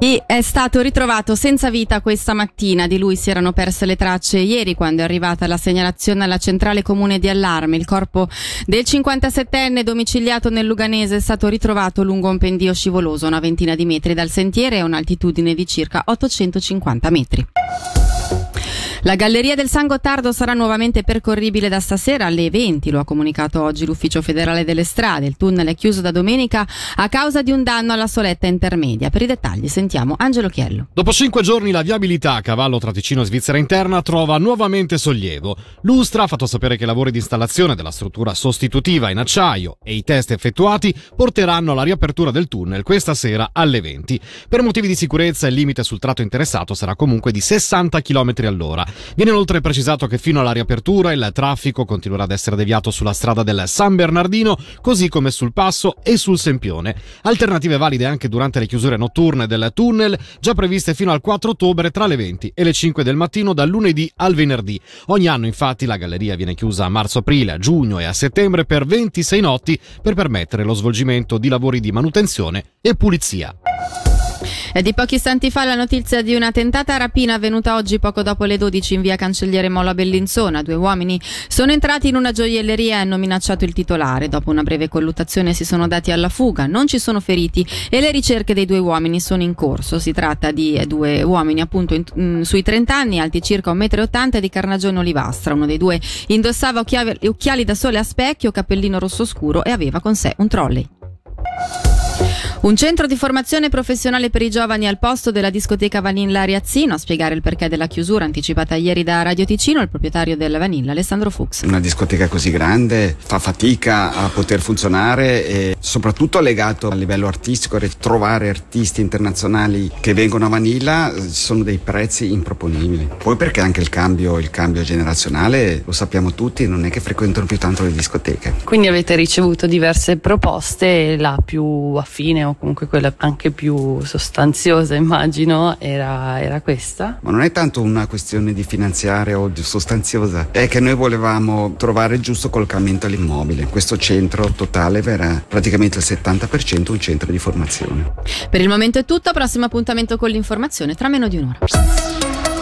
È stato ritrovato senza vita questa mattina. Di lui si erano perse le tracce ieri quando è arrivata la segnalazione alla centrale comune di allarme. Il corpo del 57enne domiciliato nel Luganese è stato ritrovato lungo un pendio scivoloso, una ventina di metri dal sentiere e a un'altitudine di circa 850 metri. La Galleria del San Gottardo sarà nuovamente percorribile da stasera alle 20, lo ha comunicato oggi l'Ufficio Federale delle Strade. Il tunnel è chiuso da domenica a causa di un danno alla soletta intermedia. Per i dettagli sentiamo Angelo Chiello. Dopo 5 giorni la viabilità a cavallo tra Ticino e Svizzera interna trova nuovamente sollievo. L'Ustra ha fatto sapere che i lavori di installazione della struttura sostitutiva in acciaio e i test effettuati porteranno alla riapertura del tunnel questa sera alle 20. Per motivi di sicurezza il limite sul tratto interessato sarà comunque di 60 km all'ora. Viene inoltre precisato che fino alla riapertura il traffico continuerà ad essere deviato sulla strada del San Bernardino, così come sul Passo e sul Sempione. Alternative valide anche durante le chiusure notturne del tunnel, già previste fino al 4 ottobre tra le 20 e le 5 del mattino dal lunedì al venerdì. Ogni anno infatti la galleria viene chiusa a marzo-aprile, a giugno e a settembre per 26 notti per permettere lo svolgimento di lavori di manutenzione e pulizia. È di pochi istanti fa la notizia di una tentata rapina avvenuta oggi poco dopo le 12 in via Cancelliere Mola a Bellinzona. 2 uomini sono entrati in una gioielleria e hanno minacciato il titolare. Dopo una breve colluttazione si sono dati alla fuga. Non ci sono feriti e le ricerche dei 2 uomini sono in corso. Si tratta di 2 uomini appunto sui 30 anni, alti circa 1,80 m e di carnagione olivastra. Uno dei 2 indossava occhiali da sole a specchio, cappellino rosso scuro e aveva con sé un trolley. Un centro di formazione professionale per i giovani al posto della discoteca Vanilla Riazzino. A spiegare il perché della chiusura anticipata ieri da Radio Ticino il proprietario della Vanilla, Alessandro Fuchs. Una discoteca così grande fa fatica a poter funzionare e soprattutto legato a livello artistico, trovare artisti internazionali che vengono a Vanilla sono dei prezzi improponibili. Poi perché anche il cambio generazionale, lo sappiamo tutti, non è che frequentano più tanto le discoteche. Quindi avete ricevuto diverse proposte e la più affine o comunque quella anche più sostanziosa, immagino, era questa? Ma non è tanto una questione di finanziaria o di sostanziosa, è che noi volevamo trovare il giusto collocamento all'immobile. Questo centro totale verrà praticamente il 70% un centro di formazione. Per il momento è tutto, prossimo appuntamento con l'informazione tra meno di un'ora.